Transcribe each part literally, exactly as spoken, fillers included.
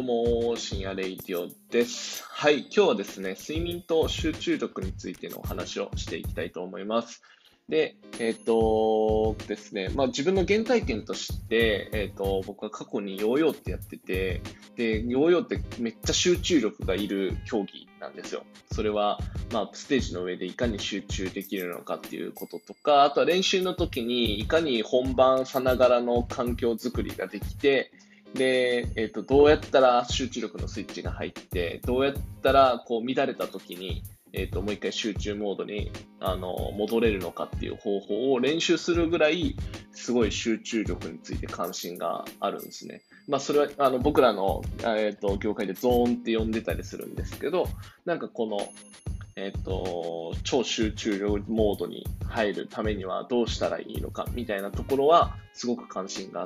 どうも、深夜レイディオです。はい、今日はですね、睡眠と集中力についてのお話をしていきたいと思います。で、えっとですね、まあ自分の原体験として、えっと、僕は過去にヨーヨーってやってて、で、ヨーヨーってめっちゃ集中力がいる競技なんですよ。それは、まあ、ステージの上でいかに集中できるのかっていうこととか、あとは練習の時にいかに本番さながらの環境づくりができて、で、えっと、どうやったら集中力のスイッチが入って、どうやったらこう乱れた時に、えっと、もう一回集中モードにあの戻れるのかっていう方法を練習するぐらい、すごい集中力について関心があるんですね。まあ、それはあの僕らの、えっと、業界でゾーンって呼んでたりするんですけど、なんかこの、えっと、超集中力モードに入るためにはどうしたらいいのかみたいなところはすごく関心があって、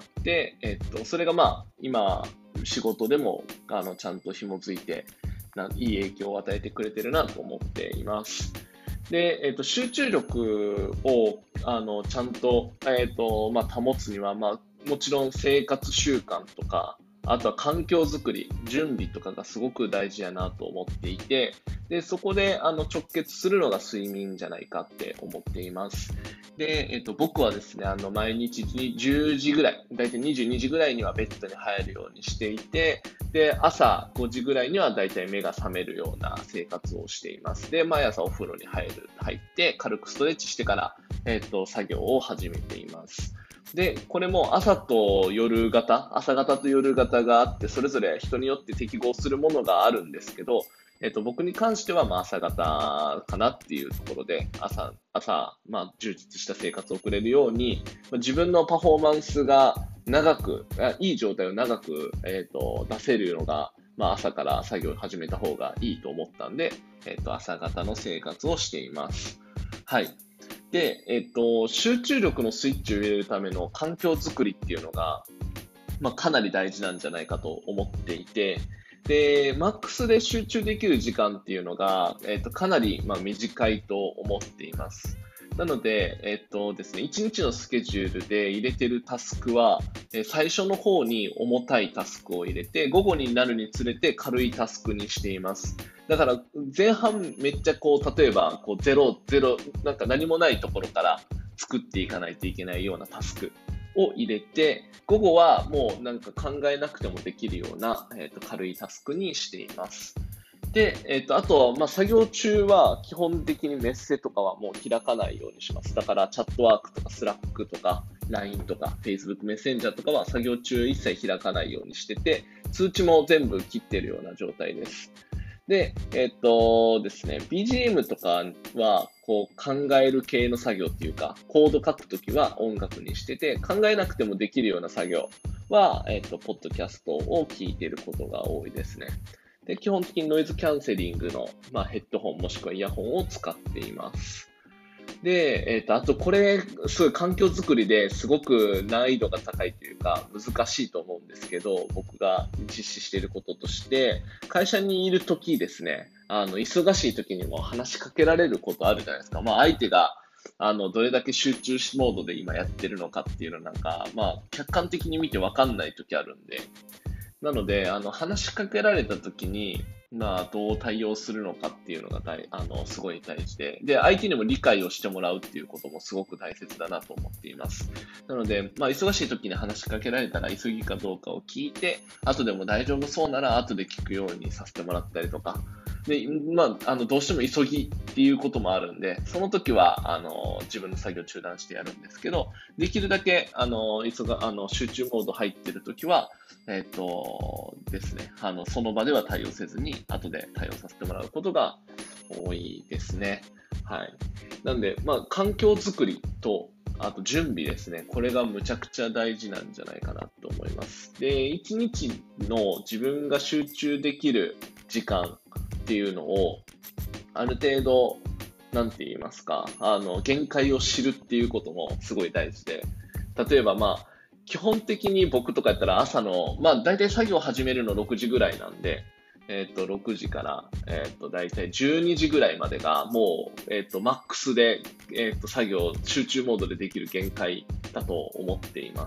えっと、それがまあ今仕事でもあのちゃんと紐づいてないい影響を与えてくれてるなと思っています。で、えっと、集中力をあのちゃんと、えっとまあ、保つには、まあ、もちろん生活習慣とか、あとは環境づくり、準備とかがすごく大事やなと思っていて、で、そこであの直結するのが睡眠じゃないかって思っています。で、えっと、僕はですね、あの、毎日にじゅうじぐらい、だいたいにじゅうにじぐらいにはベッドに入るようにしていて、で、朝ごじぐらいにはだいたい目が覚めるような生活をしています。で、毎朝お風呂に入る、入って、軽くストレッチしてから、えっと、作業を始めています。で、これも朝と夜型、朝型と夜型があって、それぞれ人によって適合するものがあるんですけど、えっと、僕に関しては、まあ、朝型かなっていうところで、朝、朝、まあ、充実した生活を送れるように、まあ自分のパフォーマンスが長く、あいい状態を長く、えっと、出せるのが、まあ、朝から作業を始めた方がいいと思ったんで、えっと、朝型の生活をしています。はい。で、えっと、集中力のスイッチを入れるための環境づくりっていうのが、まあ、かなり大事なんじゃないかと思っていて、で、マックスで集中できる時間っていうのが、えっと、かなり、まあ、短いと思っています。なので、えっとですね、いちにちのスケジュールで入れてるタスクは、えー最初の方に重たいタスクを入れて、午後になるにつれて軽いタスクにしています。だから、前半めっちゃこう、例えば、こう、ゼロ、ゼロ、なんか何もないところから作っていかないといけないようなタスクを入れて、午後はもうなんか考えなくてもできるような、えーと、軽いタスクにしています。で、えっと、あとは、まあ、作業中は基本的にメッセとかはもう開かないようにします。だから、チャットワークとか、スラックとか、ライン とか、Facebook メッセンジャーとかは作業中一切開かないようにしてて、通知も全部切ってるような状態です。で、えっとですね、ビージーエム とかは、こう、考える系の作業っていうか、コード書くときは音楽にしてて、考えなくてもできるような作業は、えっと、ポッドキャストを聞いていることが多いですね。で、基本的にノイズキャンセリングの、まあ、ヘッドホンもしくはイヤホンを使っています。で、えっと、あとこれ、すごい環境づくりですごく難易度が高いというか、難しいと思うんですけど、僕が実施していることとして、会社にいるときですね、あの、忙しいときにも話しかけられることあるじゃないですか。まあ、相手が、あの、どれだけ集中モードで今やってるのかっていうのなんか、まあ、客観的に見てわかんないときあるんで、なので、あの、話しかけられたときに、まあ、どう対応するのかっていうのが大、あの、すごい大事で、で、相手にも理解をしてもらうっていうこともすごく大切だなと思っています。なので、まあ、忙しい時に話しかけられたら、急ぎかどうかを聞いて、後でも大丈夫そうなら、後で聞くようにさせてもらったりとか、で、まあ、あの、どうしても急ぎっていうこともあるんで、その時は、あの、自分の作業中断してやるんですけど、できるだけ、あの、急が、あの、集中モード入ってる時は、えっとですね、あの、その場では対応せずに、後で対応させてもらうことが多いですね。はい。なんで、まあ、環境づくりと、あと準備ですね。これがむちゃくちゃ大事なんじゃないかなと思います。で、一日の自分が集中できる時間っていうのを、ある程度、なんて言いますか、あの、限界を知るっていうこともすごい大事で、例えばまあ、基本的に僕とかやったら朝の、まあ大体作業始めるのろくじぐらいなんで、えっと、ろくじから、えっと、大体じゅうにじぐらいまでがもう、えっと、マックスで、えっと、作業、集中モードでできる限界だと思っています。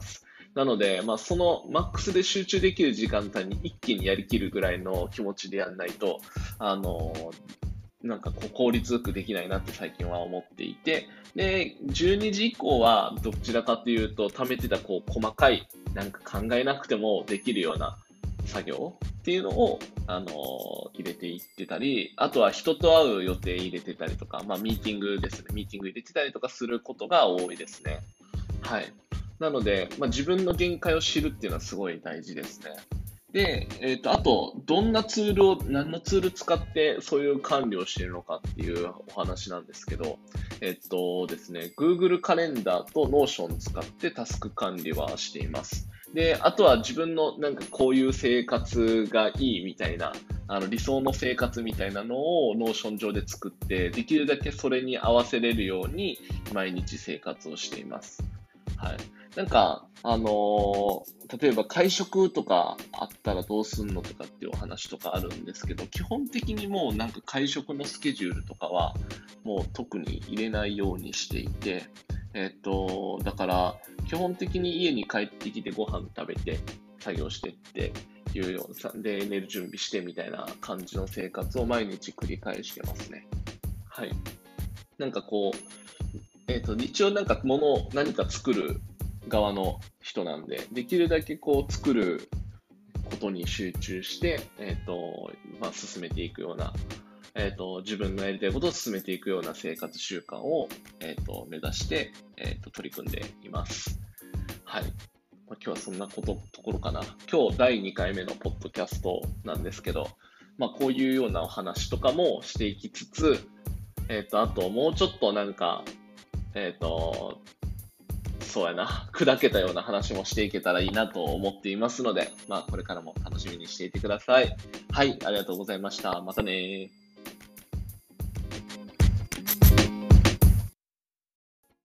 なので、まあ、そのマックスで集中できる時間帯に一気にやりきるぐらいの気持ちでやらないと、あの、なんかこう効率よくできないなって最近は思っていて、で、じゅうにじ以降はどちらかというと、貯めてたこう細かい、なんか考えなくてもできるような作業っていうのを、あの入れていってたり、あとは人と会う予定入れてたりとか、まあミーティングですね、ミーティング入れてたりとかすることが多いですね。はい。なので、まあ、自分の限界を知るっていうのはすごい大事ですね。で、えっと、あと、どんなツールを、何のツール使ってそういう管理をしているのかっていうお話なんですけど、えっとですね、Google カレンダーと Notion 使ってタスク管理はしています。で、あとは自分のなんかこういう生活がいいみたいな、あの理想の生活みたいなのを Notion 上で作って、できるだけそれに合わせれるように毎日生活をしています。はい。なんか、あのー例えば会食とかあったらどうすんのとかっていうお話とかあるんですけど、基本的にもうなんか会食のスケジュールとかはもう特に入れないようにしていて、えっと、だから基本的に家に帰ってきてご飯食べて作業してっていうような、で、寝る準備してみたいな感じの生活を毎日繰り返してますね。はい。なんかこう、えっと、一応なんか物を何か作る側の人なんで、できるだけこう作ることに集中して、えっと、まあ、進めていくような、えっと、自分のやりたいことを進めていくような生活習慣を、えっと、目指して、えっと、取り組んでいます。はい。まあ、今日はそんなこと、ところかな。今日だいにかいめのポッドキャストなんですけど、まあ、こういうようなお話とかもしていきつつ、えっと、あともうちょっとなんか、えっと、そうやな、砕けたような話もしていけたらいいなと思っていますので、まあ、これからも楽しみにしていてください。はい、ありがとうございました。またね